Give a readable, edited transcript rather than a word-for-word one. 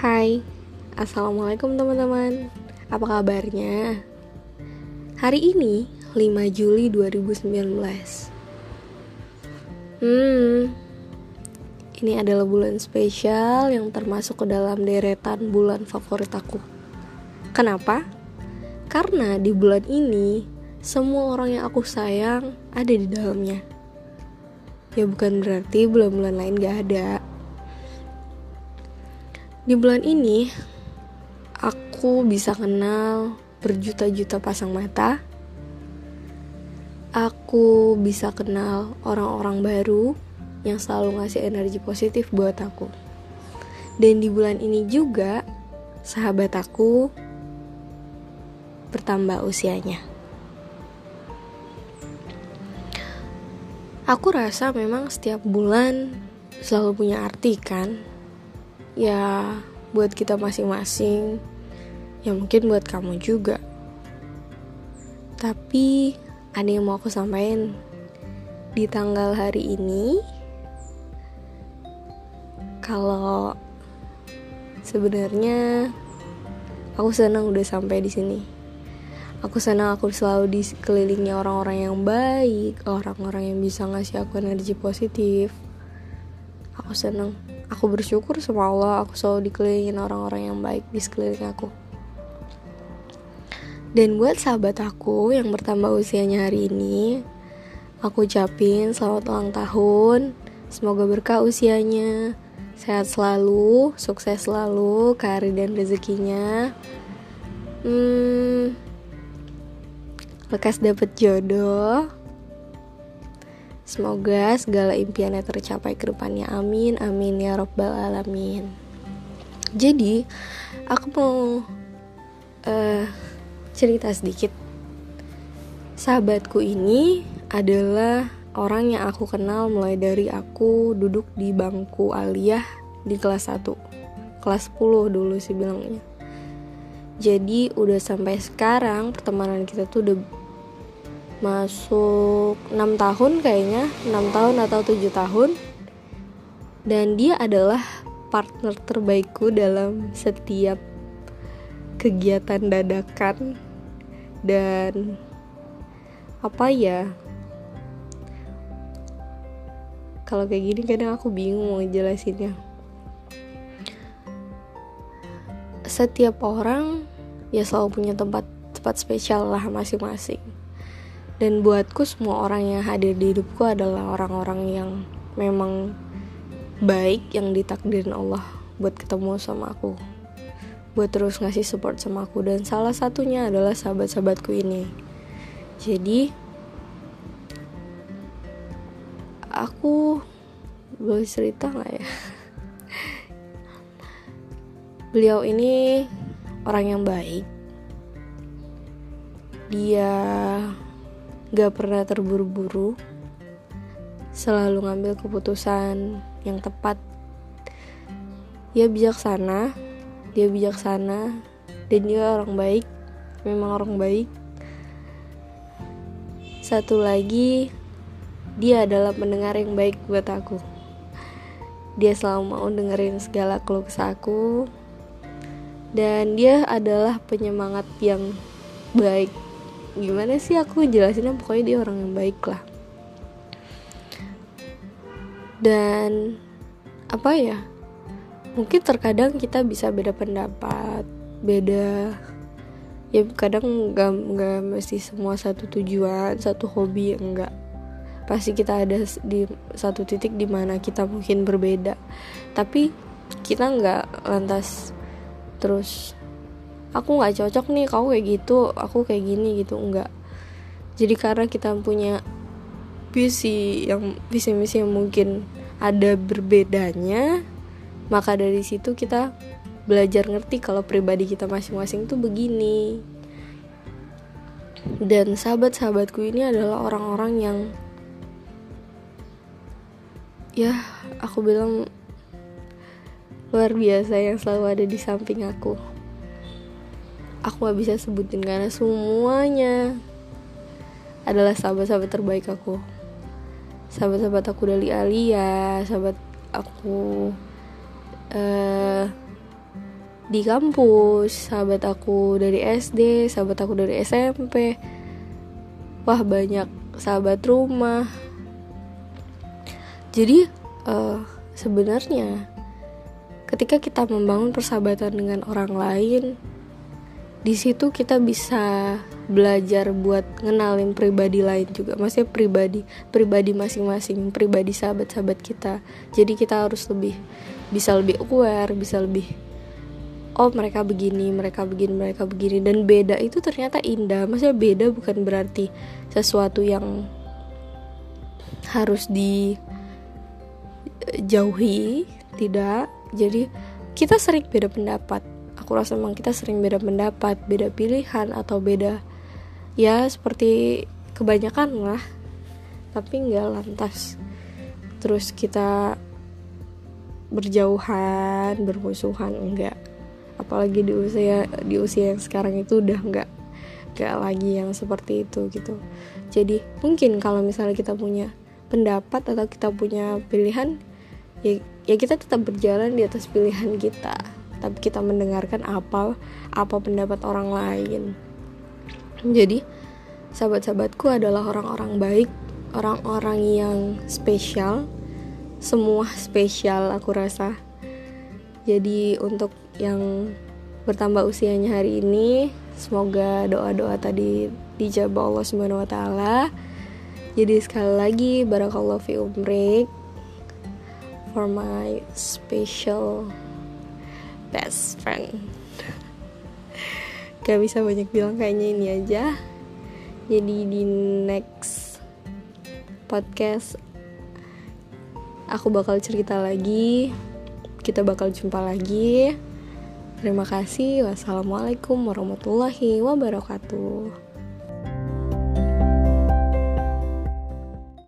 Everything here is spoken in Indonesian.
Hai, Assalamualaikum teman-teman. Apa kabarnya? Hari ini 5 Juli 2019. Ini adalah bulan spesial yang termasuk ke dalam deretan bulan favorit aku. Kenapa? Karena di bulan ini semua orang yang aku sayang ada di dalamnya. Ya bukan berarti bulan-bulan lain gak ada. Di bulan ini, aku bisa kenal berjuta-juta pasang mata. Aku bisa kenal orang-orang baru yang selalu ngasih energi positif buat aku. Dan di bulan ini juga, sahabat aku bertambah usianya. Aku rasa memang setiap bulan selalu punya arti kan. Ya buat kita masing-masing, ya mungkin buat kamu juga. Tapi ada yang mau aku sampaikan. Di tanggal hari ini, kalau sebenarnya aku senang udah sampai di sini. Aku senang aku selalu dikelilingi orang-orang yang baik, orang-orang yang bisa ngasih aku energi positif. Aku senang. Aku bersyukur sama Allah, aku selalu dikelilingin orang-orang yang baik di sekeliling aku. Dan buat sahabat aku yang bertambah usianya hari ini, aku ucapin selamat ulang tahun. Semoga berkah usianya, sehat selalu, sukses selalu, karir dan rezekinya. Lekas dapet jodoh. Semoga segala impiannya tercapai ke depannya. Amin, amin ya rabbal alamin. Jadi, aku mau cerita sedikit. Sahabatku ini adalah orang yang aku kenal mulai dari aku duduk di bangku aliyah di kelas 1. Kelas 10 dulu sih bilangnya. Jadi, udah sampai sekarang pertemanan kita tuh udah masuk 6 tahun kayaknya, 6 tahun atau 7 tahun. Dan dia adalah partner terbaikku dalam setiap kegiatan dadakan. Dan kalau kayak gini kadang aku bingung mau ngejelasinnya. Setiap orang ya selalu punya tempat spesial lah masing-masing. Dan buatku semua orang yang hadir di hidupku adalah orang-orang yang memang baik, yang ditakdirin Allah buat ketemu sama aku, buat terus ngasih support sama aku. Dan salah satunya adalah sahabat-sahabatku ini. Jadi aku boleh cerita gak ya? Beliau ini orang yang baik. Dia gak pernah terburu-buru, selalu ngambil keputusan yang tepat. Dia bijaksana, dan dia orang baik, memang orang baik. Satu lagi, dia adalah pendengar yang baik buat aku. Dia selalu mau dengerin segala keluh kesah aku, dan dia adalah penyemangat yang baik. Gimana sih aku jelasinnya, pokoknya dia orang yang baik lah. Dan mungkin terkadang kita bisa beda pendapat, ya kadang gak mesti semua satu tujuan, satu hobi, enggak. Pasti kita ada di satu titik di mana kita mungkin berbeda, tapi kita gak lantas terus aku gak cocok nih, kau kayak gitu, aku kayak gini gitu, enggak. Jadi karena kita punya visi misi yang mungkin ada berbedanya, maka dari situ kita belajar ngerti kalau pribadi kita masing-masing tuh begini. Dan sahabat-sahabatku ini adalah orang-orang yang ya aku bilang luar biasa, yang selalu ada di samping aku. Aku gak bisa sebutin karena semuanya adalah sahabat-sahabat terbaik aku. Sahabat-sahabat aku dari Alia, sahabat aku di kampus, sahabat aku dari SD, sahabat aku dari SMP. Wah, banyak sahabat rumah. Jadi sebenarnya ketika kita membangun persahabatan dengan orang lain, di situ kita bisa belajar buat ngenalin pribadi lain juga. Maksudnya pribadi masing-masing, pribadi sahabat-sahabat kita. Jadi kita harus bisa lebih aware, bisa lebih mereka begini, dan beda itu ternyata indah. Maksudnya beda bukan berarti sesuatu yang harus dijauhi, tidak. Jadi kita sering beda pendapat. Aku rasa memang kita sering beda pendapat, beda pilihan, atau beda, ya seperti kebanyakan lah. Tapi nggak lantas terus kita berjauhan, bermusuhan, enggak. Apalagi di usia yang sekarang itu udah nggak lagi yang seperti itu gitu. Jadi mungkin kalau misalnya kita punya pendapat atau kita punya pilihan, ya kita tetap berjalan di atas pilihan kita, tapi kita mendengarkan apa pendapat orang lain. Jadi sahabat-sahabatku adalah orang-orang baik, orang-orang yang spesial, semua spesial aku rasa. Jadi untuk yang bertambah usianya hari ini, semoga doa-doa tadi dijabah Allah Subhanahu wa taala. Jadi sekali lagi barakallahu fi umrik for my special best friend. Gak bisa banyak bilang, kayaknya ini aja. Jadi di next podcast aku bakal cerita lagi, kita bakal jumpa lagi. Terima kasih. Wassalamualaikum warahmatullahi wabarakatuh.